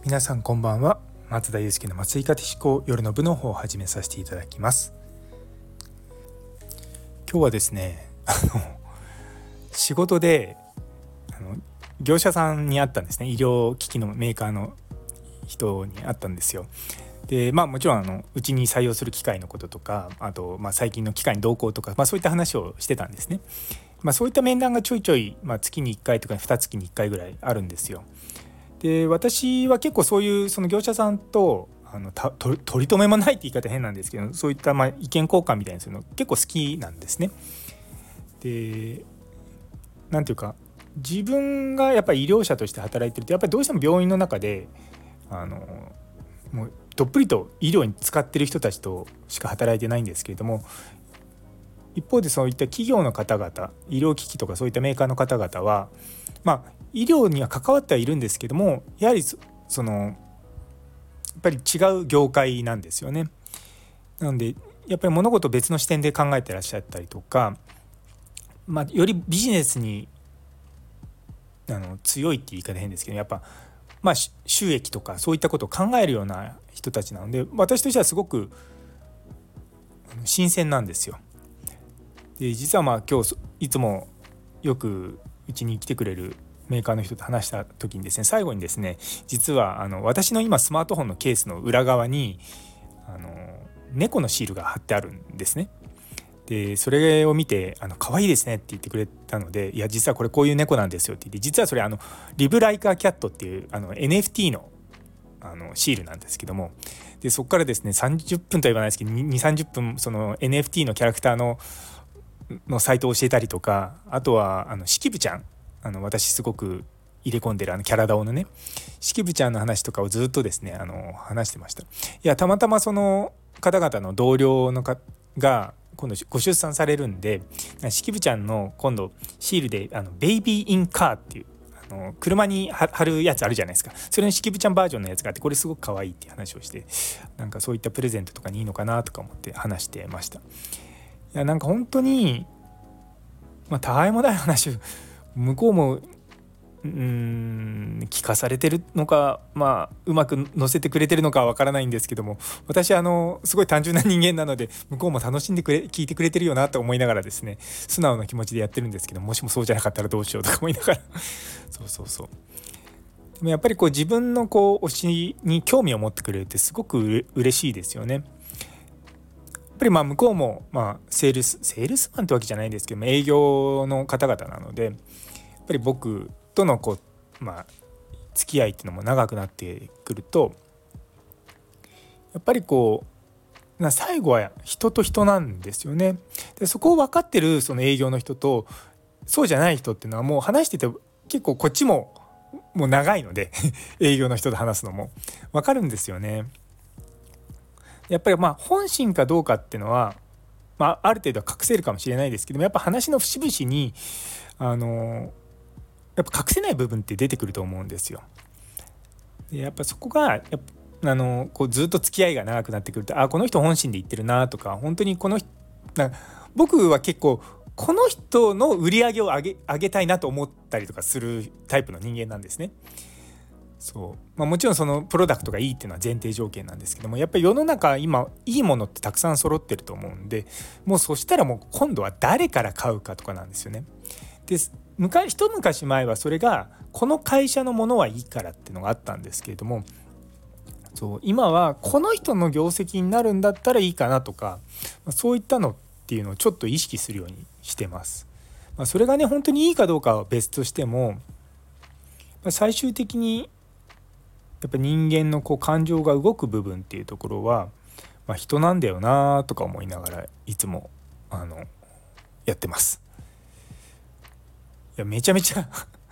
皆さんこんばんは。松田祐介の麻酔科的思考夜の部の方を始めさせていただきます。今日はですね仕事で業者さんに会ったんですね。医療機器のメーカーの人に会ったんですよ。でもちろんうちに採用する機械のこととか、あと最近の機械の動向とか、そういった話をしてたんですね。そういった面談がちょいちょい、月に1回とか2月に1回ぐらいあるんですよ。で私は結構そういうその業者さんと取り留めもないって言い方変なんですけど、そういった意見交換みたいにするの結構好きなんですね。でなんていうか、自分がやっぱり医療者として働いてるとやっぱりどうしても病院の中でもうどっぷりと医療に使ってる人たちとしか働いてないんですけれども、一方でそういった企業の方々、医療機器とかそういったメーカーの方々は医療には関わってはいるんですけども、やはりやっぱり違う業界なんですよね。なのでやっぱり物事を別の視点で考えてらっしゃったりとか、よりビジネスに強いって言い方変ですけど、やっぱ収益とかそういったことを考えるような人たちなので、私としてはすごく新鮮なんですよ。で実は今日いつもよくうちに来てくれるメーカーの人と話した時にですね、最後にですね、実は私の今スマートフォンのケースの裏側に猫のシールが貼ってあるんですね。でそれを見て可愛いですねって言ってくれたので、いや実はこれこういう猫なんですよって言って、実はそれリブライカーキャットっていうNFT のシールなんですけども、でそこからですね30分とは言わないですけど 2,30 分その NFT のキャラクターのサイトを教えたりとか、あとは式部ちゃん、私すごく入れ込んでるキャラダオのね式部ちゃんの話とかをずっとですね話してました。いやたまたまその方々の同僚のが今度ご出産されるんで、式部ちゃんの今度シールでベイビーインカーっていう車に貼るやつあるじゃないですか。それの式部ちゃんバージョンのやつがあって、これすごく可愛いっていう話をして、そういったプレゼントとかにいいのかなとか思って話してました。いや本当にたわいもない話を向こうも聞かされてるのか、うまく乗せてくれてるのかは分からないんですけども、私すごい単純な人間なので、向こうも楽しんで聞いてくれてるよなと思いながらですね、素直な気持ちでやってるんですけど、もしもそうじゃなかったらどうしようとか思いながらそうでもやっぱり自分の推しに興味を持ってくれるってすごく嬉しいですよね。やっぱり向こうもセールスマンってわけじゃないんですけども、営業の方々なので、やっぱり僕との付き合いっていうのも長くなってくると、やっぱり最後は人と人なんですよね。でそこを分かってるその営業の人とそうじゃない人っていうのはもう話してて結構こっちもう長いので営業の人と話すのも分かるんですよね。やっぱり本心かどうかっていうのは、ある程度は隠せるかもしれないですけども、やっぱ話の節々にやっぱ隠せない部分って出てくると思うんですよ。でやっぱそこがずっと付き合いが長くなってくると、この人本心で言ってるなとか、本当に僕は結構この人の売り上げを上げたいなと思ったりとかするタイプの人間なんですね。そう、もちろんそのプロダクトがいいっていうのは前提条件なんですけども、やっぱり世の中今いいものってたくさん揃ってると思うんで、もうそしたらもう今度は誰から買うかとかなんですよね。で一昔前はそれがこの会社のものはいいからっていうのがあったんですけれども、今はこの人の業績になるんだったらいいかなとか、そういったのっていうのをちょっと意識するようにしてます。それがね本当にいいかどうかは別としても、最終的にやっぱ人間の感情が動く部分っていうところは、人なんだよなとか思いながらいつもやってます。いやめちゃめちゃ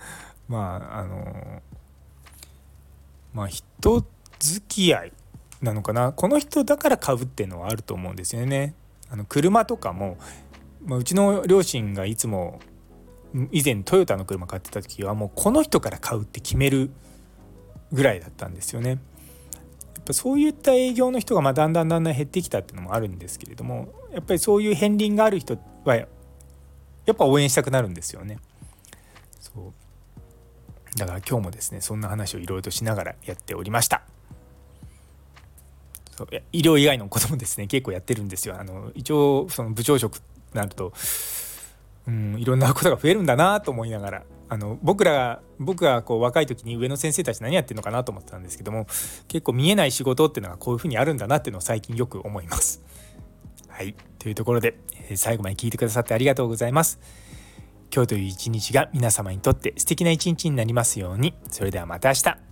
人付き合いなのかな、この人だから買うっていうのはあると思うんですよね。車とかも、うちの両親がいつも以前トヨタの車買ってた時はもうこの人から買うって決めるぐらいだったんですよね。やっぱそういった営業の人がだんだん減ってきたっていうのもあるんですけれども、やっぱりそういう片鱗がある人はやっぱ応援したくなるんですよね。そうだから今日もですねそんな話をいろいろとしながらやっておりました。医療以外のこともですね結構やってるんですよ。一応その部長職になると、いろんなことが増えるんだなと思いながら、僕がこう若い時に上の先生たち何やってるのかなと思ってたんですけども、結構見えない仕事っていうのがこういうふうにあるんだなっていうのを最近よく思います。はい、というところで最後まで聞いてくださってありがとうございます。今日という一日が皆様にとって素敵な一日になりますように。それではまた明日。